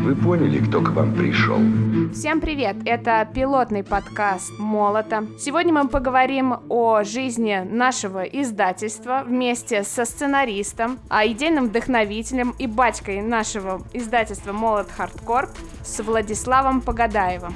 вы поняли, кто к вам пришел? Всем привет! Это пилотный подкаст «Молото». Сегодня мы поговорим о жизни нашего издательства вместе со сценаристом, идейным вдохновителем и батькой нашего издательства «Молот Хардкор» с Владиславом Погодаевым.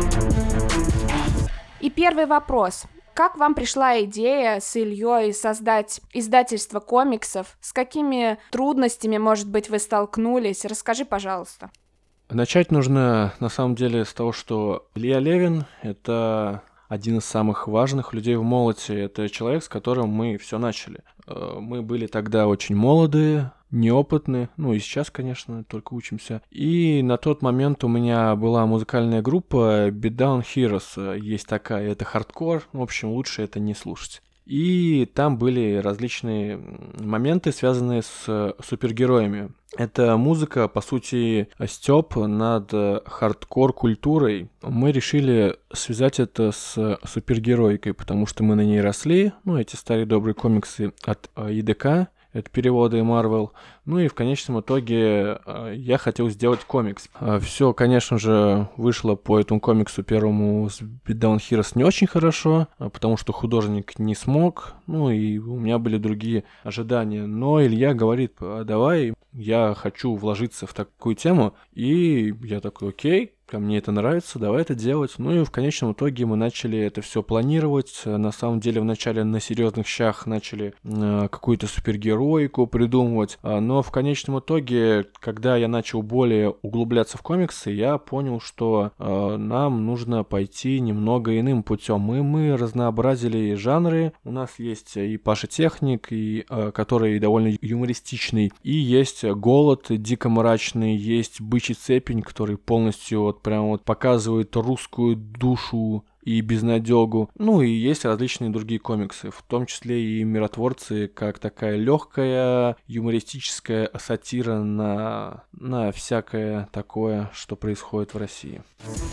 И первый вопрос. Как вам пришла идея с Ильей создать издательство комиксов? С какими трудностями, может быть, вы столкнулись? Расскажи, пожалуйста. Начать нужно, на самом деле, с того, что Илья Левин — это один из самых важных людей в «Молоте». Это человек, с которым мы все начали. Мы были тогда очень молодые, неопытны, и сейчас, конечно, только учимся. И на тот момент у меня была музыкальная группа Beat Down Heroes, есть такая, это хардкор, в общем, лучше это не слушать. И там были различные моменты, связанные с супергероями. Это музыка, по сути, стёб над хардкор-культурой. Мы решили связать это с супергеройкой, потому что мы на ней росли. Эти старые добрые комиксы от ЕДК. Это переводы Marvel. И в конечном итоге я хотел сделать комикс. Все, конечно же, вышло по этому комиксу первому с Beat Down Heroes не очень хорошо, потому что художник не смог, и у меня были другие ожидания. Но Илья говорит: давай, я хочу вложиться в такую тему. И я такой: окей, мне это нравится, давай это делать. И в конечном итоге мы начали это все планировать. На самом деле, вначале на серьезных щах начали какую-то супергероику придумывать. Но в конечном итоге, когда я начал более углубляться в комиксы, я понял, что нам нужно пойти немного иным путем. И мы разнообразили жанры. У нас есть и Паша Техник, который довольно юмористичный, и есть Голод, дико мрачный, есть Бычий цепень, который полностью прям показывает русскую душу и безнадёгу. И есть различные другие комиксы, в том числе и «Миротворцы», как такая легкая юмористическая сатира на всякое такое, что происходит в России.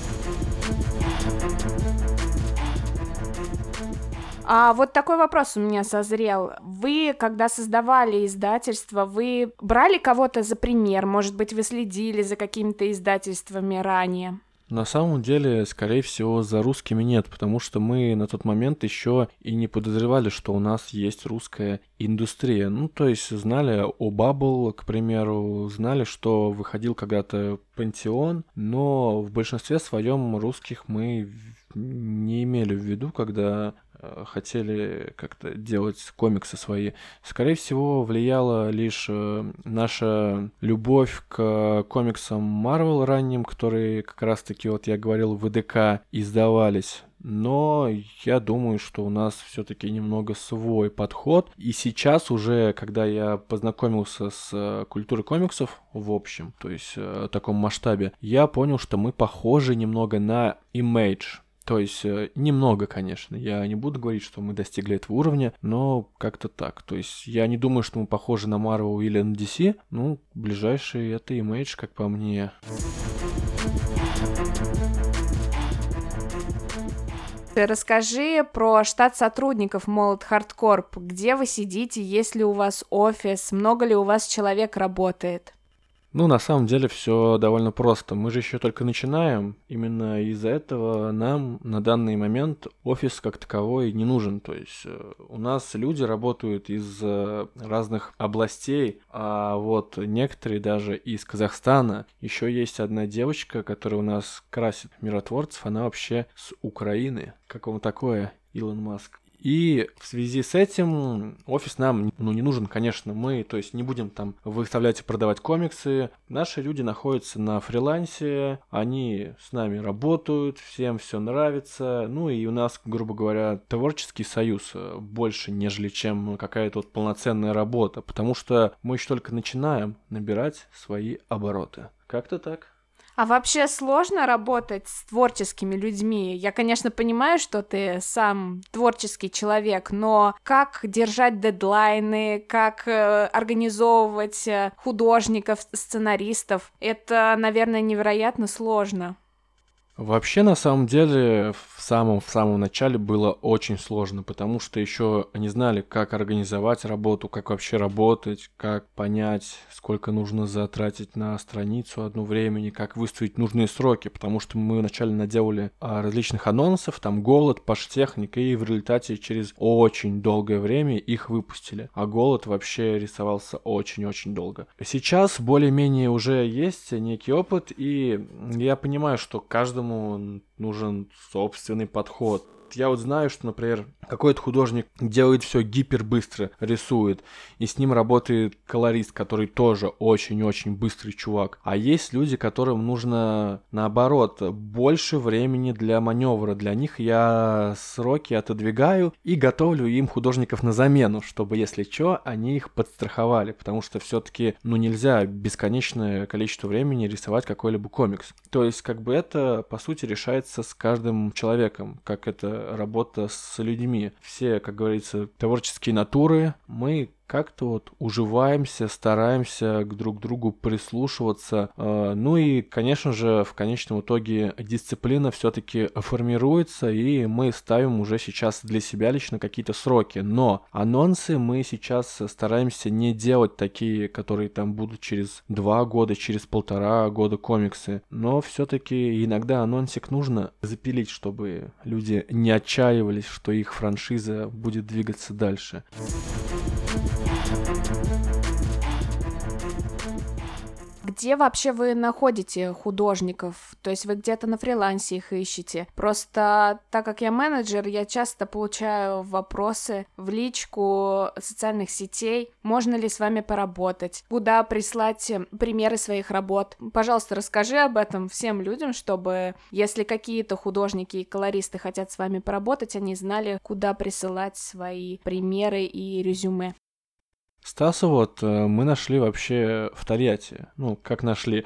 Вот такой вопрос у меня созрел. Вы, когда создавали издательство, вы брали кого-то за пример? Может быть, вы следили за какими-то издательствами ранее? На самом деле, скорее всего, за русскими нет, потому что мы на тот момент еще и не подозревали, что у нас есть русская индустрия. То есть знали о Bubble, к примеру, знали, что выходил когда-то Пантеон, но в большинстве своем русских мы не имели в виду, когда хотели как-то делать комиксы свои. Скорее всего, влияла лишь наша любовь к комиксам Marvel ранним, которые как раз-таки, я говорил, в ВДК издавались. Но я думаю, что у нас все-таки немного свой подход. И сейчас уже, когда я познакомился с культурой комиксов в общем, то есть в таком масштабе, я понял, что мы похожи немного на Image. То есть немного, конечно. Я не буду говорить, что мы достигли этого уровня, но как-то так. То есть я не думаю, что мы похожи на Marvel или на DC. Ближайший это Image, как по мне. Расскажи про штат сотрудников Молот Хардкор. Где вы сидите, есть ли у вас офис, много ли у вас человек работает? На самом деле все довольно просто. Мы же еще только начинаем. Именно из-за этого нам на данный момент офис как таковой не нужен. То есть у нас люди работают из разных областей, а некоторые даже из Казахстана. Еще есть одна девочка, которая у нас красит миротворцев. Она вообще с Украины. Как вам такое, Илон Маск? И в связи с этим офис нам не нужен, конечно. Мы, то есть, не будем там выставлять и продавать комиксы. Наши люди находятся на фрилансе, они с нами работают, всем все нравится. И у нас, грубо говоря, творческий союз больше, нежели чем какая-то полноценная работа. Потому что мы еще только начинаем набирать свои обороты. Как-то так. А вообще сложно работать с творческими людьми? Я, конечно, понимаю, что ты сам творческий человек, но как держать дедлайны, как организовывать художников, сценаристов, это, наверное, невероятно сложно. Вообще, на самом деле, в самом начале было очень сложно, потому что еще не знали, как организовать работу, как вообще работать, как понять, сколько нужно затратить на страницу одну времени, как выставить нужные сроки, потому что мы вначале наделали различных анонсов, там Голод, Паштехник, и в результате через очень долгое время их выпустили. А Голод вообще рисовался очень-очень долго. Сейчас более-менее уже есть некий опыт, и я понимаю, что каждому нужен собственный подход. Я вот знаю, что, например, какой-то художник делает все гипербыстро, рисует, и с ним работает колорист, который тоже очень-очень быстрый чувак. А есть люди, которым нужно, наоборот, больше времени для маневра. Для них я сроки отодвигаю и готовлю им художников на замену, чтобы, если что, они их подстраховали, потому что все-таки, нельзя бесконечное количество времени рисовать какой-либо комикс. То есть, это, по сути, решается с каждым человеком, как это работа с людьми. Все, как говорится, творческие натуры, мы как-то уживаемся, стараемся друг к другу прислушиваться. И, конечно же, в конечном итоге дисциплина все-таки формируется, и мы ставим уже сейчас для себя лично какие-то сроки. Но анонсы мы сейчас стараемся не делать такие, которые там будут через 2 года, через 1,5 года комиксы. Но все-таки иногда анонсик нужно запилить, чтобы люди не отчаивались, что их франшиза будет двигаться дальше. Где вообще вы находите художников? То есть вы где-то на фрилансе их ищете? Просто так как я менеджер, я часто получаю вопросы в личку социальных сетей. Можно ли с вами поработать? Куда прислать примеры своих работ? Пожалуйста, расскажи об этом всем людям, чтобы, если какие-то художники и колористы хотят с вами поработать, они знали, куда присылать свои примеры и резюме. Стаса мы нашли вообще в Тольятти. Как нашли?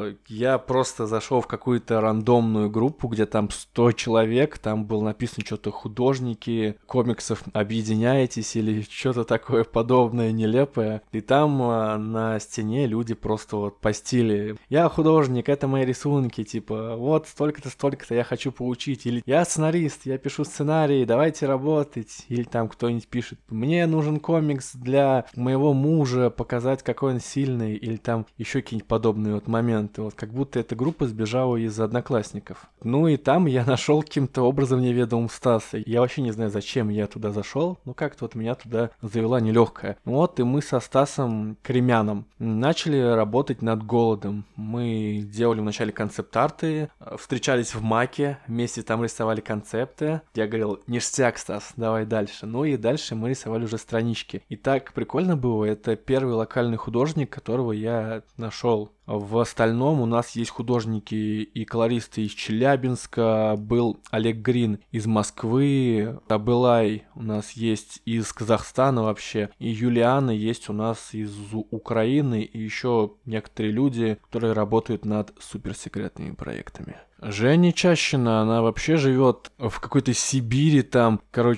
Я просто зашел в какую-то рандомную группу, где там 100 человек, там было написано что-то художники комиксов, объединяетесь или что-то такое подобное нелепое. И там на стене люди просто постили. Я художник, это мои рисунки, столько-то, столько-то я хочу получить. Или я сценарист, я пишу сценарий, давайте работать. Или там кто-нибудь пишет, мне нужен комикс для моего мужа, показать, какой он сильный, или там еще какие-нибудь подобные моменты. Как будто эта группа сбежала из одноклассников. И там я нашел каким-то образом неведомым Стаса. Я вообще не знаю, зачем я туда зашел, как-то меня туда завела нелегкая. И мы со Стасом Кремяном начали работать над Голодом. Мы делали вначале концепт-арты, встречались в Маке, вместе там рисовали концепты. Я говорил, ништяк, Стас, давай дальше. И дальше мы рисовали уже странички. И так прикольно было, это первый локальный художник, которого я нашел. В остальном у нас есть художники и колористы из Челябинска, был Олег Грин из Москвы, Абылай у нас есть из Казахстана вообще, и Юлиана есть у нас из Украины, и еще некоторые люди, которые работают над суперсекретными проектами. Женя Чащина, она вообще живет в какой-то Сибири там,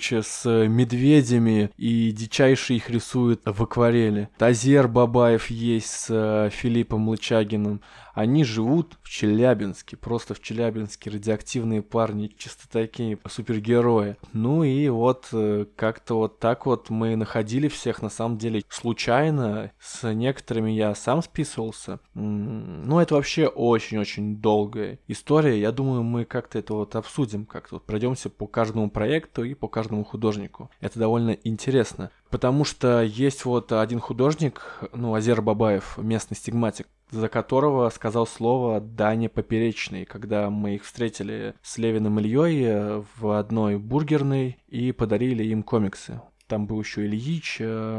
с медведями, и дичайше их рисует в акварели. Азер Бабаев есть с Филиппом Лычагиным. Они живут в Челябинске, просто в Челябинске, радиоактивные парни, чисто такие супергерои. Как-то так мы находили всех, на самом деле, случайно. С некоторыми я сам списывался. Это вообще очень-очень долгая история. Я думаю, мы как-то это обсудим, как-то пройдемся по каждому проекту и по каждому художнику. Это довольно интересно. Потому что есть один художник, Азер Бабаев, местный стигматик, за которого сказал слово Даня Поперечный, когда мы их встретили с Левиным Ильей в одной бургерной и подарили им комиксы. Там был еще Ильич,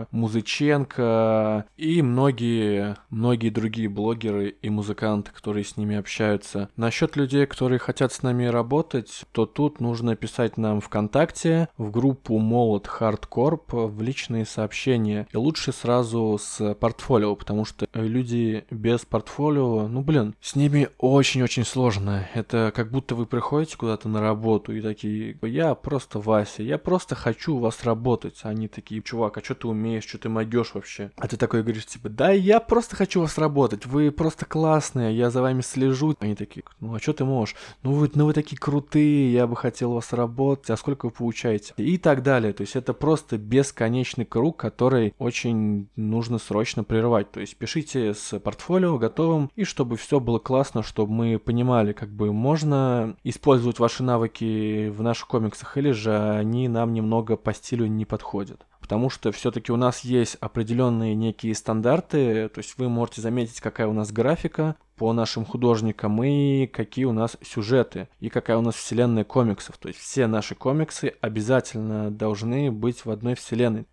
Музыченко и многие другие блогеры и музыканты, которые с ними общаются. Насчет людей, которые хотят с нами работать, то тут нужно писать нам ВКонтакте, в группу Молот Хардкорп, в личные сообщения. И лучше сразу с портфолио, потому что люди без портфолио, с ними очень-очень сложно. Это как будто вы приходите куда-то на работу и такие, я просто Вася, я просто хочу у вас работать. работать. Они такие: чувак, а что ты умеешь, что ты могешь вообще? А ты такой говоришь, типа: да, я просто хочу вас работать, вы просто классные, я за вами слежу. Они такие: ну а что ты можешь? Ну вы такие крутые, я бы хотел у вас работать, а сколько вы получаете? И так далее. То есть это просто бесконечный круг, который очень нужно срочно прервать. То есть пишите с портфолио готовым, и чтобы все было классно, чтобы мы понимали, как бы можно использовать ваши навыки в наших комиксах, или же они нам немного по стилю не подходят. Потому что все-таки у нас есть определенные некие стандарты, то есть вы можете заметить, какая у нас графика по нашим художникам и какие у нас сюжеты, и какая у нас вселенная комиксов. То есть все наши комиксы обязательно должны быть в одной вселенной.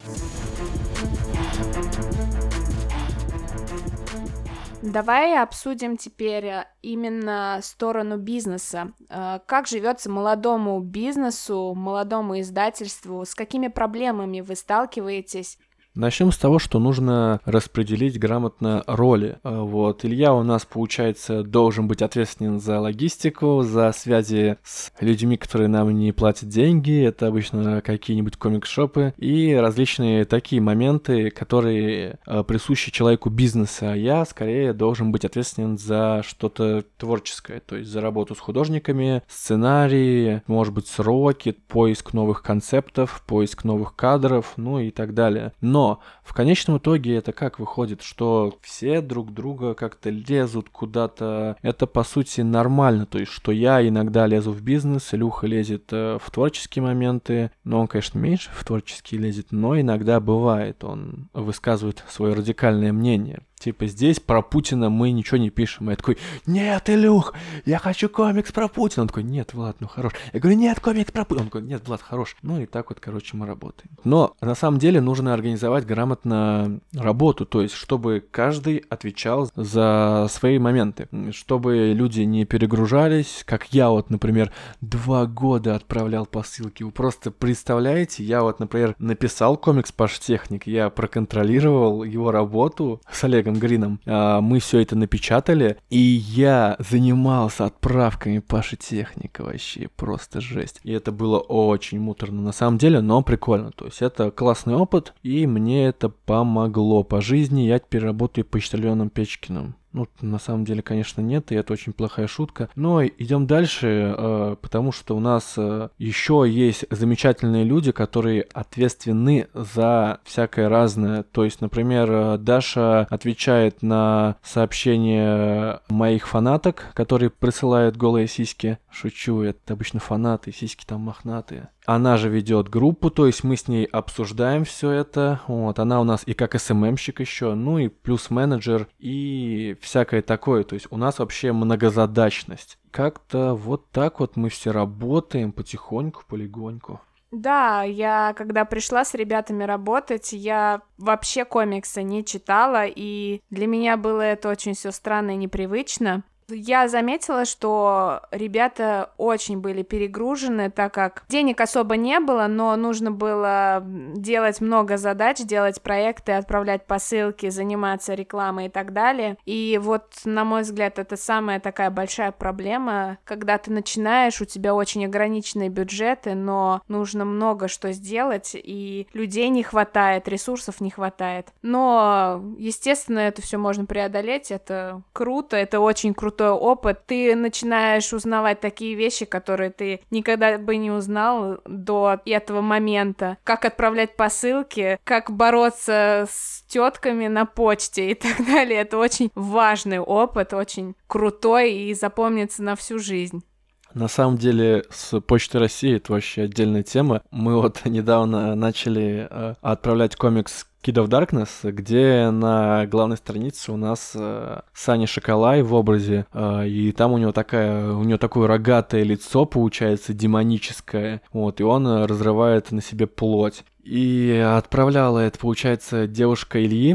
Давай обсудим теперь именно сторону бизнеса. Как живется молодому бизнесу, молодому издательству, с какими проблемами вы сталкиваетесь? Начнем с того, что нужно распределить грамотно роли. Вот, Илья у нас, получается, должен быть ответственен за логистику, за связи с людьми, которые нам не платят деньги, это обычно какие-нибудь комик-шопы, и различные такие моменты, которые присущи человеку бизнеса. А я, скорее, должен быть ответственен за что-то творческое, то есть за работу с художниками, сценарии, может быть, сроки, поиск новых концептов, поиск новых кадров, ну и так далее. Но в конечном итоге это как выходит, что все друг друга как-то лезут куда-то. Это по сути нормально, то есть что я иногда лезу в бизнес, Илюха лезет в творческие моменты, но он, конечно, меньше в творческие лезет, но иногда бывает, он высказывает свое радикальное мнение. Типа, здесь про Путина мы ничего не пишем. Я такой: нет, Илюх, я хочу комикс про Путина. Он такой: нет, Влад, ну хорош. Я говорю: нет, комикс про Путина. Он такой: нет, Влад, хорош. Ну и так вот, короче, мы работаем. Но на самом деле нужно организовать грамотно работу, то есть чтобы каждый отвечал за свои моменты, чтобы люди не перегружались, как я вот, например, 2 года отправлял посылки. Вы просто представляете, я вот, например, написал комикс «Паш Техник», я проконтролировал его работу с Олегом Грином, мы все это напечатали, и я занимался отправками Паши Техника, вообще просто жесть. И это было очень муторно на самом деле, но прикольно. То есть это классный опыт, и мне это помогло по жизни. Я теперь работаю почтальоном Печкиным. Ну, на самом деле, конечно, нет, и это очень плохая шутка. Но идем дальше, потому что у нас еще есть замечательные люди, которые ответственны за всякое разное. То есть, например, Даша отвечает на сообщения моих фанаток, которые присылают голые сиськи. Шучу, это обычно фанаты, сиськи там мохнатые. Она же ведет группу, то есть мы с ней обсуждаем все это. Вот, она у нас и как СММщик еще, ну и плюс менеджер и всякое такое. То есть у нас вообще многозадачность. Как-то вот так вот мы все работаем потихоньку, полегоньку. Да, я когда пришла с ребятами работать, я вообще комиксы не читала, и для меня было это очень все странно и непривычно. Я заметила, что ребята очень были перегружены, так как денег особо не было, но нужно было делать много задач, делать проекты, отправлять посылки, заниматься рекламой и так далее. И вот, на мой взгляд, это самая такая большая проблема, когда ты начинаешь, у тебя очень ограниченные бюджеты, но нужно много что сделать, и людей не хватает, ресурсов не хватает. Но, естественно, это все можно преодолеть, это круто, это очень крутой опыт, ты начинаешь узнавать такие вещи, которые ты никогда бы не узнал до этого момента. Как отправлять посылки, как бороться с тетками на почте и так далее. Это очень важный опыт, очень крутой и запомнится на всю жизнь. На самом деле, с Почтой России это вообще отдельная тема. Мы вот недавно начали отправлять комикс Kid of Darkness, где на главной странице у нас Саня Шоколай в образе, и там у него такое рогатое лицо, получается, демоническое, вот, и он разрывает на себе плоть. И отправляла это, получается, девушка Ильи.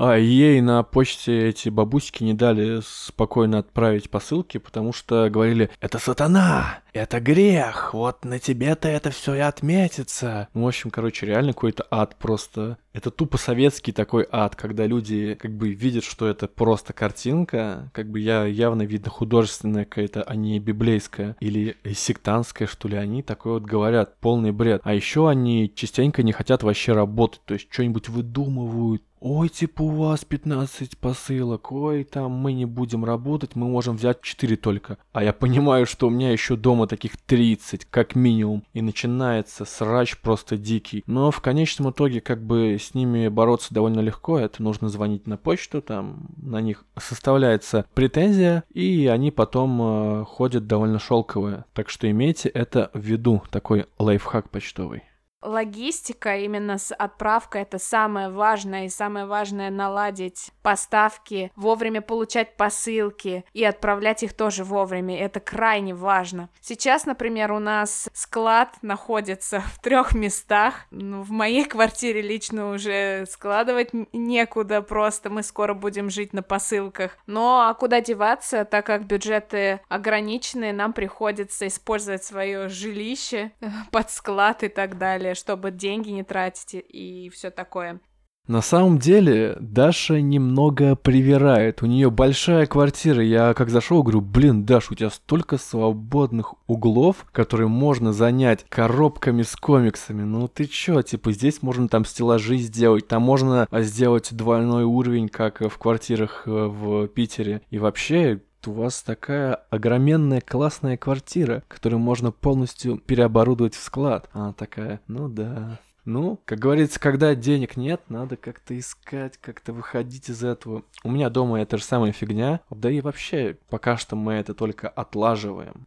А ей на почте эти бабусики не дали спокойно отправить посылки, потому что говорили: это сатана, это грех, вот на тебе-то это все и отметится. Ну, в общем, короче, реально какой-то ад просто. Это тупо советский такой ад, когда люди как бы видят, что это просто картинка, как бы явно видно художественная какая-то, а не библейская или сектантская, что ли, они такое вот говорят, полный бред. А еще они частенько не хотят вообще работать, то есть что-нибудь выдумывают. Ой, типа, у вас 15 посылок, ой, там мы не будем работать, мы можем взять 4 только. А я понимаю, что у меня еще дома таких 30, как минимум. И начинается срач просто дикий. Но в конечном итоге, как бы, с ними бороться довольно легко. Это нужно звонить на почту, там на них составляется претензия, и они потом ходят довольно шелковые. Так что имейте это в виду, такой лайфхак почтовый. Логистика именно с отправкой — это самое важное, и самое важное — наладить поставки, вовремя получать посылки и отправлять их тоже вовремя. Это крайне важно. Сейчас, например, у нас склад находится в 3 местах. В моей квартире лично уже складывать некуда просто. Мы скоро будем жить на посылках. Но а куда деваться, так как бюджеты ограничены, нам приходится использовать свое жилище под склад и так далее, чтобы деньги не тратить и все такое. На самом деле, Даша немного привирает. У нее большая квартира. Я как зашел, говорю: блин, Даш, у тебя столько свободных углов, которые можно занять коробками с комиксами. Ну ты чё, типа, здесь можно там стеллажи сделать, там можно сделать двойной уровень, как в квартирах в Питере. И вообще, у вас такая огроменная классная квартира, которую можно полностью переоборудовать в склад. Она такая: ну да. Ну, как говорится, когда денег нет, надо как-то искать, как-то выходить из этого. У меня дома эта же самая фигня. Да и вообще, пока что мы это только отлаживаем.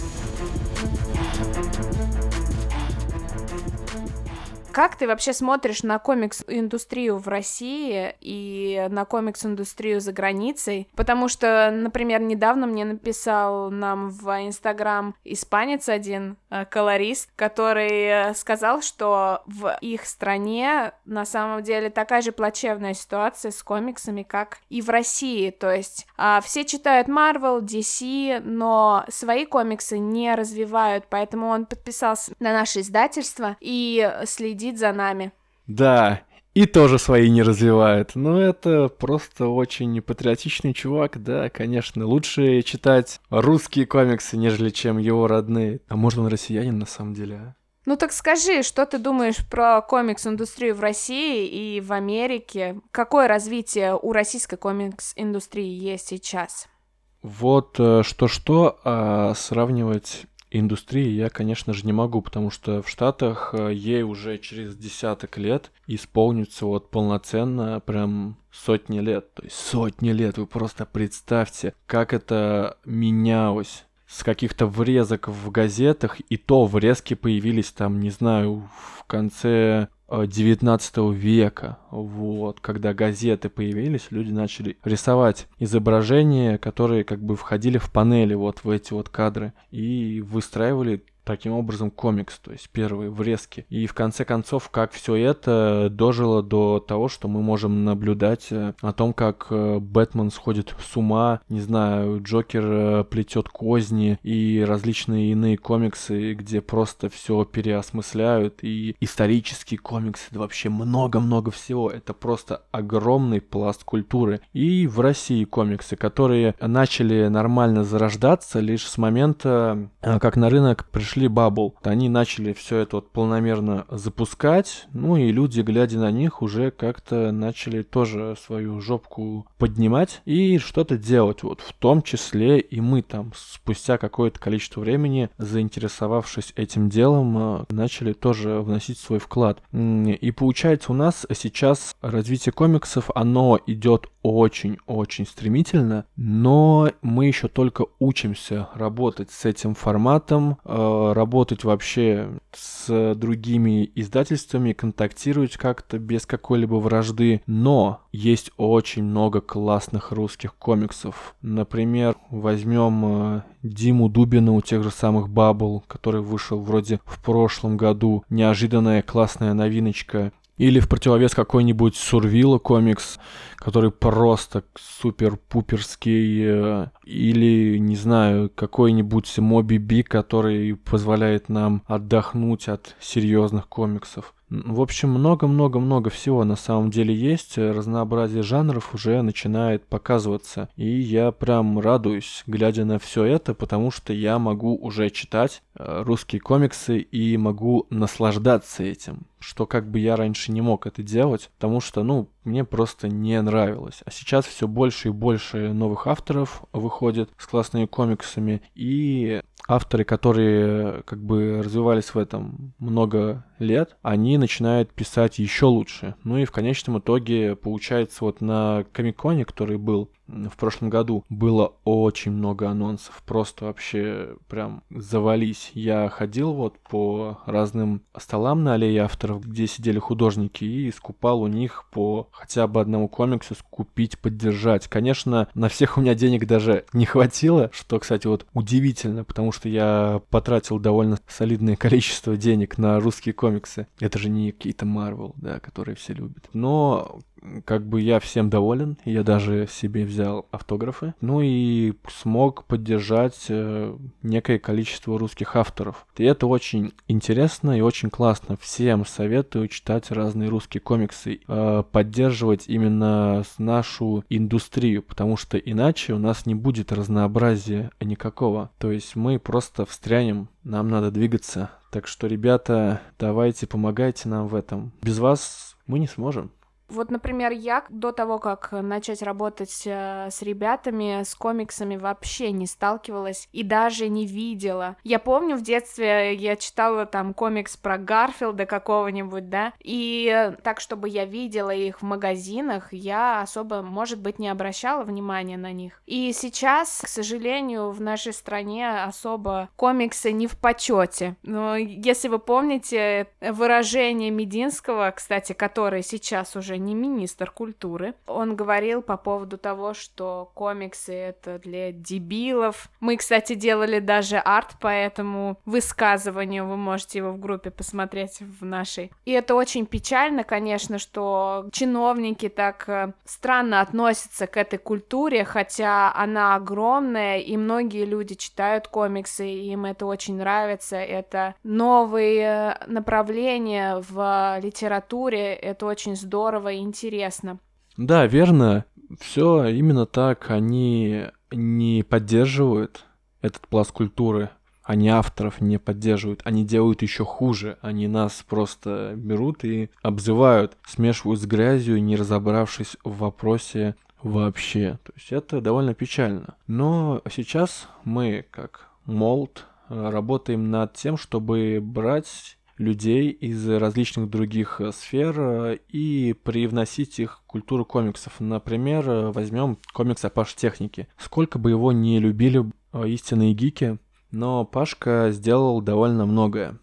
Как ты вообще смотришь на комикс-индустрию в России и на комикс-индустрию за границей? Потому что, например, недавно мне написал нам в Инстаграм испанец один, колорист, который сказал, что в их стране на самом деле такая же плачевная ситуация с комиксами, как и в России. То есть все читают Marvel, DC, но свои комиксы не развивают, поэтому он подписался на наше издательство и следит за нами. Да, и тоже свои не развивает. Но это просто очень патриотичный чувак, да, конечно. Лучше читать русские комиксы, нежели чем его родные. А может, он россиянин на самом деле, а? Ну так скажи, что ты думаешь про комикс-индустрию в России и в Америке? Какое развитие у российской комикс-индустрии есть сейчас? Вот что-что, а сравнивать индустрии я, конечно же, не могу, потому что в Штатах ей уже через десяток лет исполнится вот полноценно прям сотни лет. То есть сотни лет, вы просто представьте, как это менялось. С каких-то врезок в газетах, и то врезки появились там, не знаю, в конце 19 века, вот, когда газеты появились, люди начали рисовать изображения, которые как бы входили в панели, вот в эти вот кадры, и выстраивали таким образом комикс, то есть первые врезки. И в конце концов, как все это дожило до того, что мы можем наблюдать о том, как Бэтмен сходит с ума, не знаю, Джокер плетет козни и различные иные комиксы, где просто все переосмысляют, и исторические комиксы, да вообще много-много всего. Это просто огромный пласт культуры. И в России комиксы, которые начали нормально зарождаться лишь с момента, как на рынок пришли Bubble. Они начали все это вот полномерно запускать, ну и люди, глядя на них, уже как-то начали тоже свою жопку поднимать и что-то делать. Вот в том числе и мы там спустя какое-то количество времени, заинтересовавшись этим делом, начали тоже вносить свой вклад. И получается, у нас сейчас развитие комиксов, оно идет очень-очень стремительно, но мы еще только учимся работать с этим форматом, работать вообще с другими издательствами, контактировать как-то без какой-либо вражды. Но есть очень много классных русских комиксов. Например, возьмем Диму Дубина у тех же самых Bubble, который вышел вроде в прошлом году. Неожиданная классная новиночка. Или в противовес какой-нибудь Сурвила комикс, который просто супер-пуперский. Или, не знаю, какой-нибудь Моби Дик, который позволяет нам отдохнуть от серьезных комиксов. В общем, много-много-много всего на самом деле есть. Разнообразие жанров уже начинает показываться. И я прям радуюсь, глядя на все это, потому что я могу уже читать русские комиксы и могу наслаждаться этим. Что как бы я раньше не мог это делать, потому что, мне просто не нравилось. А сейчас все больше и больше новых авторов выходит с классными комиксами. И авторы, которые как бы развивались в этом много лет, они начинают писать еще лучше. И в конечном итоге получается вот на Комик-Коне, который был в прошлом году, было очень много анонсов. Просто вообще прям завались. Я ходил вот по разным столам на аллее авторов, где сидели художники, и скупал у них по хотя бы одному комиксу скупить, поддержать. Конечно, на всех у меня денег даже не хватило, что, кстати, вот удивительно, потому что я потратил довольно солидное количество денег на русские комиксы. Это же не какие-то Marvel, да, которые все любят. Но как бы я всем доволен, я даже себе взял автографы, и смог поддержать некое количество русских авторов. И это очень интересно и очень классно. Всем советую читать разные русские комиксы, поддерживать именно нашу индустрию, потому что иначе у нас не будет разнообразия никакого. То есть мы просто встрянем, нам надо двигаться. Так что, ребята, давайте помогайте нам в этом. Без вас мы не сможем. Вот, например, я до того, как начать работать с ребятами, с комиксами, вообще не сталкивалась и даже не видела. Я помню, в детстве я читала там комикс про Гарфилда какого-нибудь, да, и так, чтобы я видела их в магазинах, я особо, может быть, не обращала внимания на них. И сейчас, к сожалению, в нашей стране особо комиксы не в почете. Но если вы помните выражение Мединского, кстати, который сейчас уже не министр культуры. Он говорил по поводу того, что комиксы — это для дебилов. Мы, кстати, делали даже арт по этому высказыванию, вы можете его в группе посмотреть в нашей. И это очень печально, конечно, что чиновники так странно относятся к этой культуре, хотя она огромная, и многие люди читают комиксы, и им это очень нравится. Это новые направления в литературе, это очень здорово и интересно. Да, верно. Все именно так. Они не поддерживают этот пласт культуры. Они авторов не поддерживают. Они делают еще хуже. Они нас просто берут и обзывают, смешивают с грязью, не разобравшись в вопросе вообще. То есть это довольно печально. Но сейчас мы, как Молот, работаем над тем, чтобы брать людей из различных других сфер и привносить их в культуру комиксов. Например, возьмем комикс о Паш-технике. Сколько бы его не любили истинные гики, но Пашка сделал довольно многое.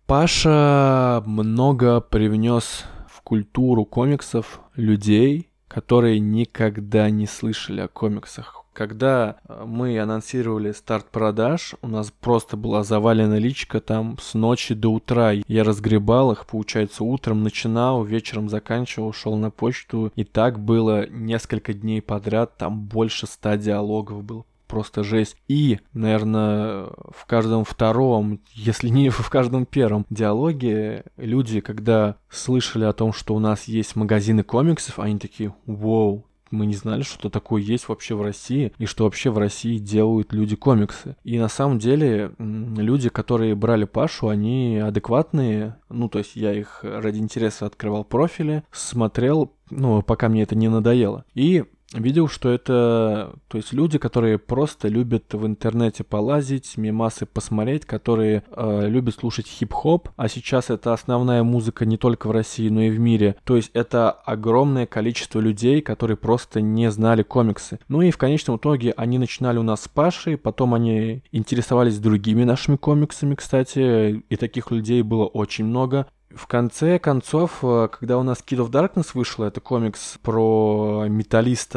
Паша много привнес в культуру комиксов людей, которые никогда не слышали о комиксах. Когда мы анонсировали старт продаж, у нас просто была завалена личка там с ночи до утра. Я разгребал их, получается, утром начинал, вечером заканчивал, шел на почту. И так было несколько дней подряд, там больше 100 диалогов было. Просто жесть. И, наверное, в каждом втором, если не в каждом первом диалоге люди, когда слышали о том, что у нас есть магазины комиксов, они такие: «Воу, мы не знали, что такое есть вообще в России, и что вообще в России делают люди комиксы». И на самом деле люди, которые брали Пашу, они адекватные. То есть я их ради интереса открывал профили, смотрел, пока мне это не надоело. И видел, что это, то есть люди, которые просто любят в интернете полазить, мемасы посмотреть, которые любят слушать хип-хоп, а сейчас это основная музыка не только в России, но и в мире. То есть это огромное количество людей, которые просто не знали комиксы. И в конечном итоге они начинали у нас с Пашей, потом они интересовались другими нашими комиксами, кстати, и таких людей было очень много. В конце концов, когда у нас Kid of Darkness вышла, это комикс про металлиста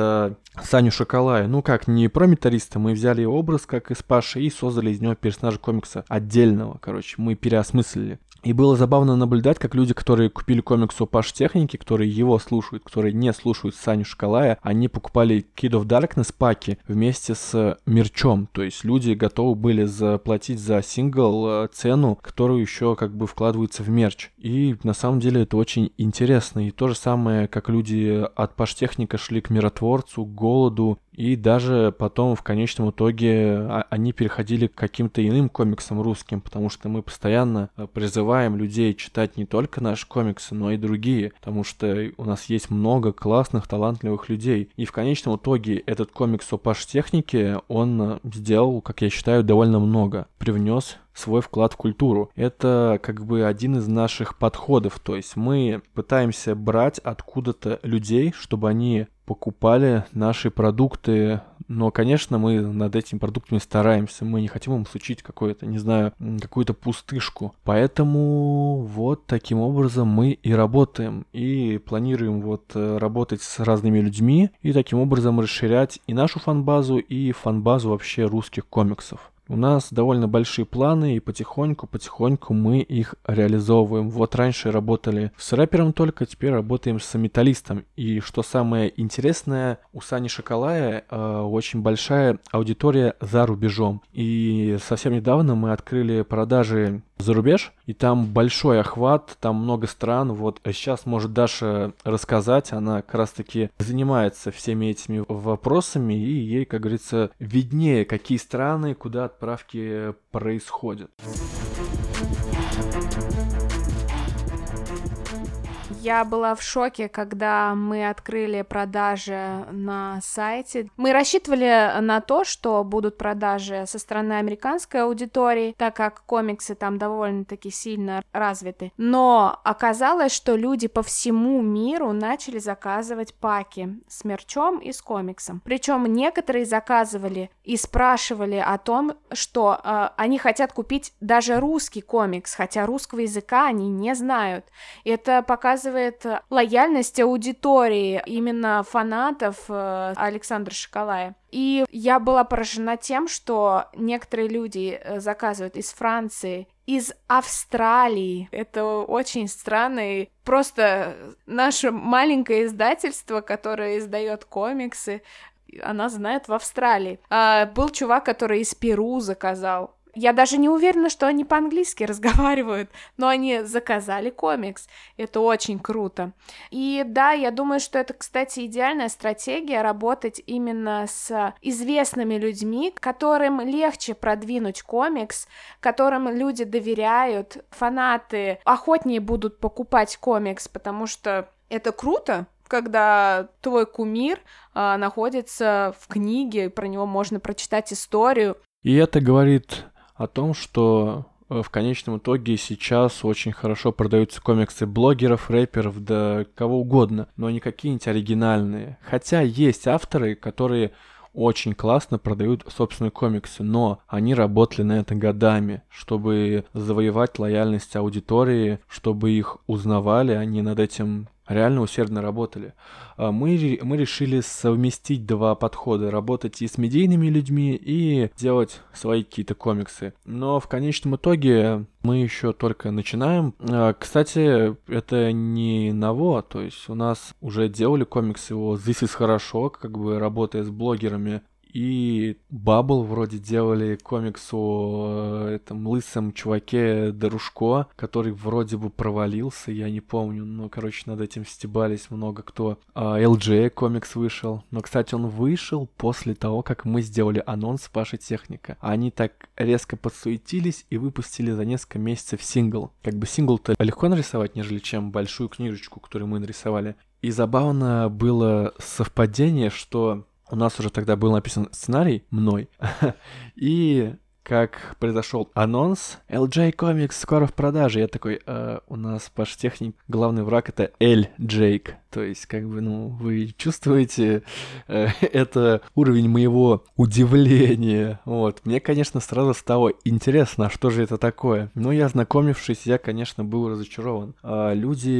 Саню Шоколая. Ну как, не про металлиста, мы взяли образ, как из Паши, и создали из него персонажа комикса отдельного, короче, мы переосмыслили. И было забавно наблюдать, как люди, которые купили комикс у Паши Техники, которые его слушают, которые не слушают Саню Шоколая, они покупали Kid of Darkness паки вместе с мерчом. То есть люди готовы были заплатить за сингл цену, которую еще как бы вкладывается в мерч. И на самом деле это очень интересно. И то же самое, как люди от Паши Техника шли к Миротворцу, к Голоду, и даже потом в конечном итоге они переходили к каким-то иным комиксам русским, потому что мы постоянно призываем людей читать не только наши комиксы, но и другие, потому что у нас есть много классных, талантливых людей. И в конечном итоге этот комикс о Паш Технике, он сделал, как я считаю, довольно много, привнес свой вклад в культуру. Это как бы один из наших подходов, то есть мы пытаемся брать откуда-то людей, чтобы они покупали наши продукты, но, конечно, мы над этими продуктами стараемся, мы не хотим им сучить какое-то, не знаю, какую-то пустышку. Поэтому вот таким образом мы и работаем, и планируем вот работать с разными людьми, и таким образом расширять и нашу фан-базу, и фан-базу вообще русских комиксов. У нас довольно большие планы, и потихоньку мы их реализовываем. Вот раньше работали с рэпером только, теперь работаем с металлистом. И что самое интересное, у Сани Шоколая очень большая аудитория за рубежом. И совсем недавно мы открыли продажи за рубеж, и там большой охват, там много стран. Вот сейчас может Даша рассказать, она как раз-таки занимается всеми этими вопросами, и ей, как говорится, виднее, какие страны, куда отправки происходят. Я была в шоке, когда мы открыли продажи на сайте. Мы рассчитывали на то, что будут продажи со стороны американской аудитории, так как комиксы там довольно-таки сильно развиты. Но оказалось, что люди по всему миру начали заказывать паки с мерчом и с комиксом. Причем некоторые заказывали и спрашивали о том, что они хотят купить даже русский комикс, хотя русского языка они не знают. И это показывает лояльность аудитории, именно фанатов Александра Шоколая. И я была поражена тем, что некоторые люди заказывают из Франции, из Австралии. Это очень странно. И просто наше маленькое издательство, которое издает комиксы, она знает в Австралии. Был чувак, который из Перу заказал. Я даже не уверена, что они по-английски разговаривают, но они заказали комикс. Это очень круто. И да, я думаю, что это, кстати, идеальная стратегия работать именно с известными людьми, которым легче продвинуть комикс, которым люди доверяют, фанаты охотнее будут покупать комикс, потому что это круто, когда твой кумир находится в книге, про него можно прочитать историю. И это говорит о том, что в конечном итоге сейчас очень хорошо продаются комиксы блогеров, рэперов, да кого угодно, но не какие-нибудь оригинальные. Хотя есть авторы, которые очень классно продают собственные комиксы, но они работали на это годами, чтобы завоевать лояльность аудитории, чтобы их узнавали, они над этим реально усердно работали. Мы решили совместить два подхода, работать и с медийными людьми, и делать свои какие-то комиксы. Но в конечном итоге мы еще только начинаем. Кстати, это не ново, то есть у нас уже делали комиксы о This is хорошо, как бы работая с блогерами. И Bubble вроде делали комикс о этом лысом чуваке Дорушко, который вроде бы провалился, я не помню, но, короче, над этим стебались много кто. LJ комикс вышел, но, кстати, он вышел после того, как мы сделали анонс Паши Техника. Они так резко подсуетились и выпустили за несколько месяцев сингл. Как бы сингл-то легко нарисовать, нежели чем большую книжечку, которую мы нарисовали. И забавно было совпадение, что у нас уже тогда был написан сценарий мной, и как произошел анонс, LJ Comics скоро в продаже, я такой, у нас Паш Техник, главный враг это L. Джейк, то есть, как бы, ну, вы чувствуете, это уровень моего удивления, вот. Мне, конечно, сразу стало интересно, а что же это такое, но я, ознакомившись, я, конечно, был разочарован. Люди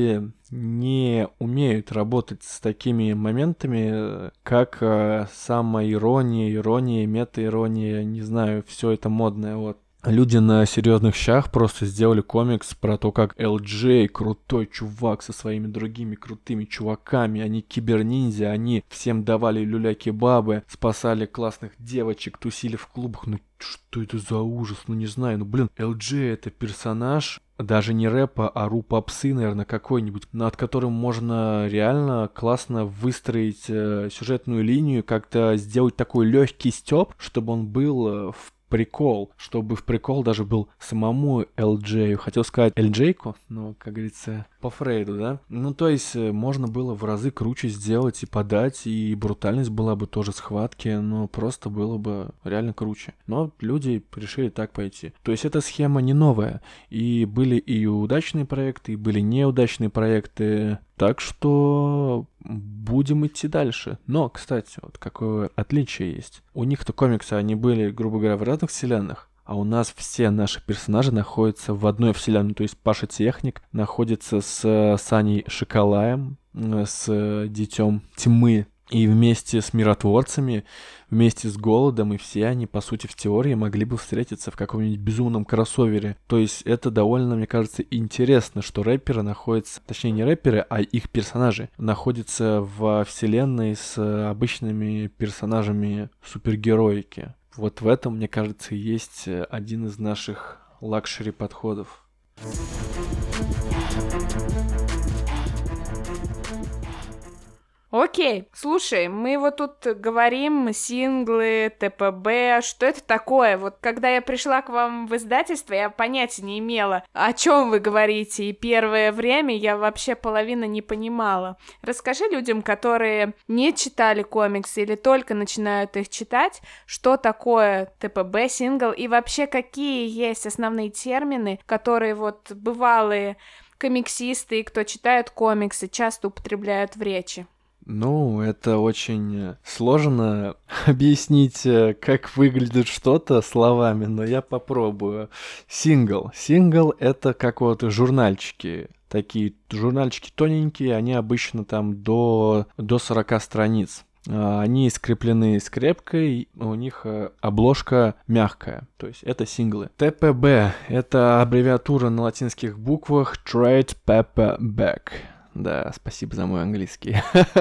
не умеют работать с такими моментами, как самоирония, ирония, мета-ирония, не знаю, все это модное, вот. Люди на серьезных щах просто сделали комикс про то, как LJ крутой чувак со своими другими крутыми чуваками, они киберниндзя, они всем давали люля-кебабы, спасали классных девочек, тусили в клубах, ну что это за ужас, ну не знаю, ну блин, LJ это персонаж, даже не рэпа, а ру-попсы, наверное, какой-нибудь, над которым можно реально классно выстроить сюжетную линию, как-то сделать такой легкий стёб, чтобы он был в прикол, чтобы в прикол даже был самому LJ. Хотел сказать LJ-ку, но, как говорится, по Фрейду, да? Ну, то есть, можно было в разы круче сделать и подать, и брутальность была бы тоже схватки, но просто было бы реально круче. Но люди решили так пойти. То есть, эта схема не новая. И были и удачные проекты, и были неудачные проекты. Так что будем идти дальше. Но, кстати, вот какое отличие есть. У них-то комиксы, они были, грубо говоря, в разных вселенных, а у нас все наши персонажи находятся в одной вселенной. То есть Паша Техник находится с Саней Шоколаем, с Детем Тьмы. И вместе с миротворцами, вместе с Голодом, и все они, по сути, в теории могли бы встретиться в каком-нибудь безумном кроссовере. То есть это довольно, мне кажется, интересно, что рэперы находятся, точнее не рэперы, а их персонажи находятся во вселенной с обычными персонажами супергероики. Вот в этом, мне кажется, есть один из наших лакшери подходов. Окей, слушай, мы вот тут говорим синглы, ТПБ, что это такое? Вот когда я пришла к вам в издательство, я понятия не имела, о чем вы говорите, и первое время я вообще половину не понимала. Расскажи людям, которые не читали комиксы или только начинают их читать, что такое ТПБ, сингл, и вообще какие есть основные термины, которые вот бывалые комиксисты, кто читает комиксы, часто употребляют в речи. Ну, это очень сложно объяснить, как выглядит что-то словами, но я попробую. Сингл. Сингл — это как вот журнальчики. Такие журнальчики тоненькие, они обычно там до 40 страниц. Они скреплены скрепкой, у них обложка мягкая, то есть это синглы. ТПБ — это аббревиатура на латинских буквах Trade Paperback. Да, спасибо за мой английский.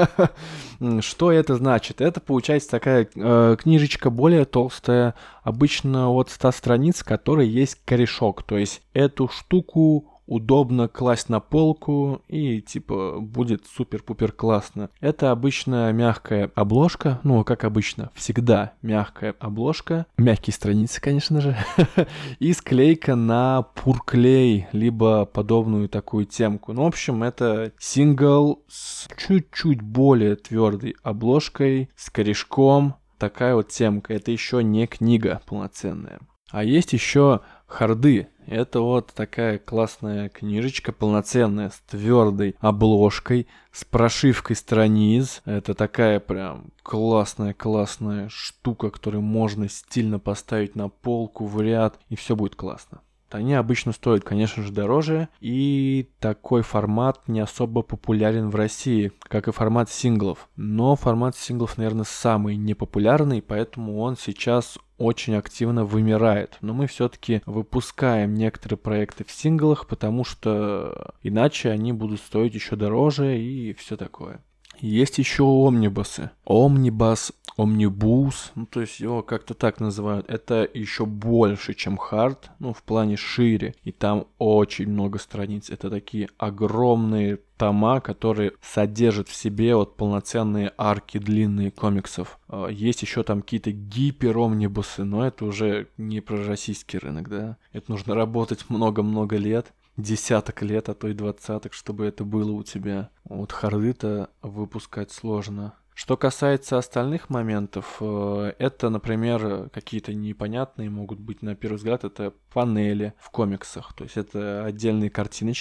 Что это значит? Это получается такая книжечка более толстая, обычно от 100 страниц, в которой есть корешок. То есть эту штуку удобно класть на полку и типа будет супер-пупер классно. Это обычно мягкая обложка, ну как обычно, всегда мягкая обложка, мягкие страницы, конечно же, и склейка на пурклей, либо подобную такую темку. Ну, в общем, это сингл с чуть-чуть более твердой обложкой, с корешком, такая вот темка. Это еще не книга полноценная. А есть еще харды. Это вот такая классная книжечка, полноценная, с твердой обложкой, с прошивкой страниц. Это такая прям классная штука, которую можно стильно поставить на полку в ряд, и все будет классно. Они обычно стоят, конечно же, дороже, и такой формат не особо популярен в России, как и формат синглов. Но формат синглов, наверное, самый непопулярный, поэтому он сейчас очень активно вымирает. Но мы все-таки выпускаем некоторые проекты в синглах, потому что иначе они будут стоить еще дороже и все такое. Есть еще омнибусы. Омнибус, омнибус, ну то есть его как-то так называют. Это еще больше, чем хард, ну в плане шире. И там очень много страниц. Это такие огромные тома, которые содержат в себе вот полноценные арки длинные комиксов. Есть еще там какие-то гипер-омнибусы, но это уже не про российский рынок, да. Это нужно работать много-много лет. Десяток лет, а то и 20, чтобы это было у тебя. Вот харды-то выпускать сложно. Что касается остальных моментов, это, например, какие-то непонятные могут быть на первый взгляд, это панели в комиксах. То есть это отдельные картиночки,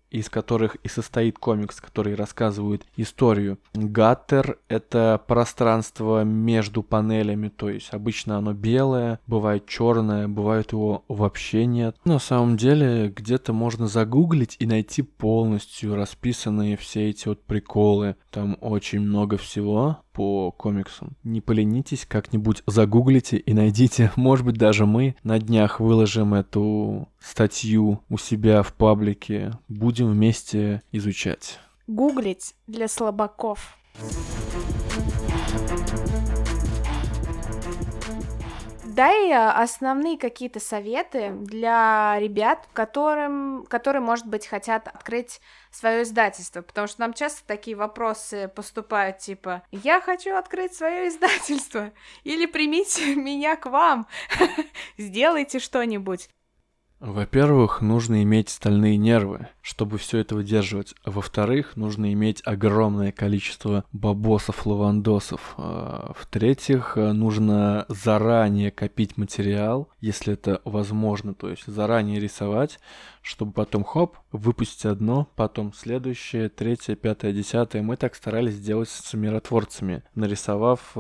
из которых и состоит комикс, который рассказывает историю. Гаттер — это пространство между панелями, то есть обычно оно белое, бывает черное, бывает его вообще нет. На самом деле где-то можно загуглить и найти полностью расписанные все эти вот приколы. Там очень много всего по комиксам. Не поленитесь, как-нибудь загуглите и найдите. Может быть, даже мы на днях выложим эту статью у себя в паблике. Будем вместе изучать. Гуглить для слабаков. Дай основные какие-то советы для ребят, которые, может быть, хотят открыть свое издательство, потому что нам часто такие вопросы поступают, типа, я хочу открыть свое издательство, или примите меня к вам, сделайте что-нибудь. Во-первых, нужно иметь стальные нервы, чтобы все это выдерживать. Во-вторых, нужно иметь огромное количество бабосов-лавандосов. В-третьих, нужно заранее копить материал, если это возможно, то есть заранее рисовать, чтобы потом хоп, выпустить одно, потом следующее, третье, пятое, десятое. Мы так старались сделать с миротворцами, нарисовав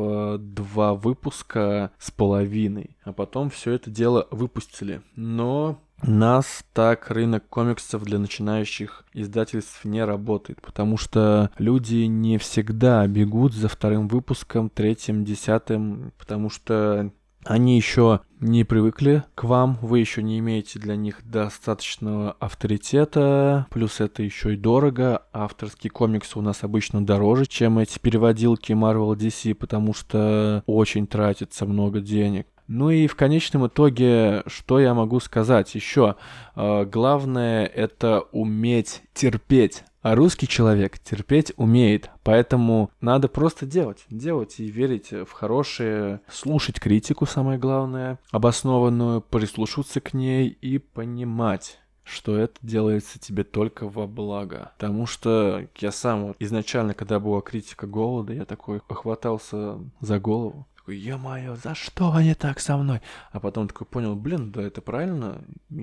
2 выпуска с половиной, а потом все это дело выпустили. Но нас так рынок комиксов для начинающих издательств не работает, потому что люди не всегда бегут за 2-м выпуском, 3-м, 10-м, потому что они еще не привыкли к вам, вы еще не имеете для них достаточного авторитета, плюс это еще и дорого. Авторские комиксы у нас обычно дороже, чем эти переводилки Marvel DC, потому что очень тратится много денег. Ну и в конечном итоге, что я могу сказать еще? Главное — это уметь терпеть. А русский человек терпеть умеет, поэтому надо просто делать и верить в хорошее, слушать критику, самое главное, обоснованную, прислушиваться к ней и понимать, что это делается тебе только во благо. Потому что я сам вот изначально, когда была критика голода, я такой хватался за голову. Ё-моё, за что они так со мной? А потом такой понял, да это правильно,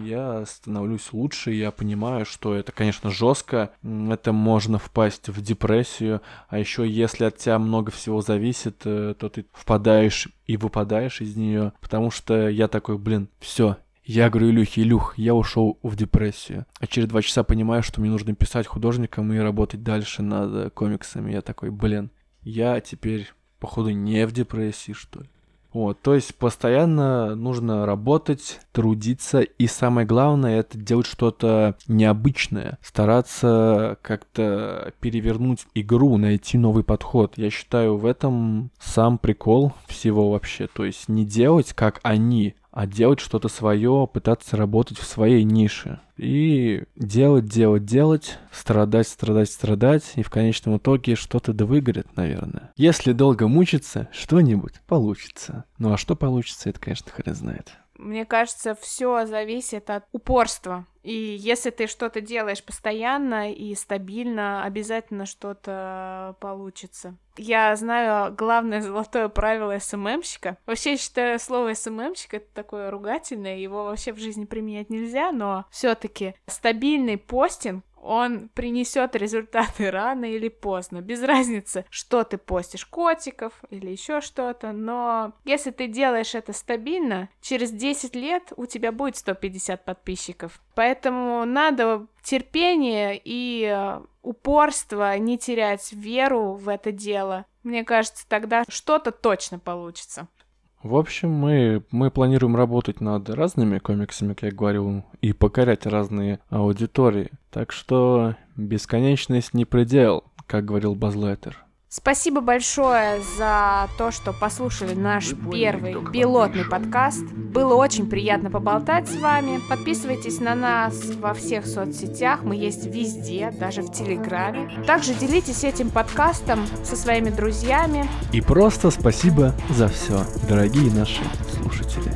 я становлюсь лучше, я понимаю, что это, конечно, жестко, это можно впасть в депрессию, а еще если от тебя много всего зависит, то ты впадаешь и выпадаешь из нее, потому что я такой, все. Я говорю Илюхе, Илюх, я ушел в депрессию. А через 2 часа понимаю, что мне нужно писать художником и работать дальше над комиксами. Я такой, я теперь, походу, не в депрессии, что ли. Вот, то есть постоянно нужно работать, трудиться, и самое главное — это делать что-то необычное, стараться как-то перевернуть игру, найти новый подход. Я считаю, в этом сам прикол всего вообще. То есть не делать, как они, а делать что-то свое, пытаться работать в своей нише. И делать, страдать, и в конечном итоге что-то да выгорит, наверное. Если долго мучиться, что-нибудь получится. Ну а что получится, это, конечно, хрен знает. Мне кажется, все зависит от упорства. И если ты что-то делаешь постоянно и стабильно, обязательно что-то получится. Я знаю главное золотое правило СММщика. Вообще, я считаю, слово СММщик — это такое ругательное, его вообще в жизни применять нельзя, но все-таки стабильный постинг, он принесет результаты рано или поздно. Без разницы, что ты постишь, котиков или еще что-то. Но если ты делаешь это стабильно, через 10 лет у тебя будет 150 подписчиков. Поэтому надо терпение и упорство, не терять веру в это дело. Мне кажется, тогда что-то точно получится. В общем, мы планируем работать над разными комиксами, как я говорил, и покорять разные аудитории. Так что бесконечность не предел, как говорил Базз Лайтер. Спасибо большое за то, что послушали наш первый пилотный подкаст. Было очень приятно поболтать с вами. Подписывайтесь на нас во всех соцсетях. Мы есть везде, даже в Телеграме. Также делитесь этим подкастом со своими друзьями. И просто спасибо за все, дорогие наши слушатели.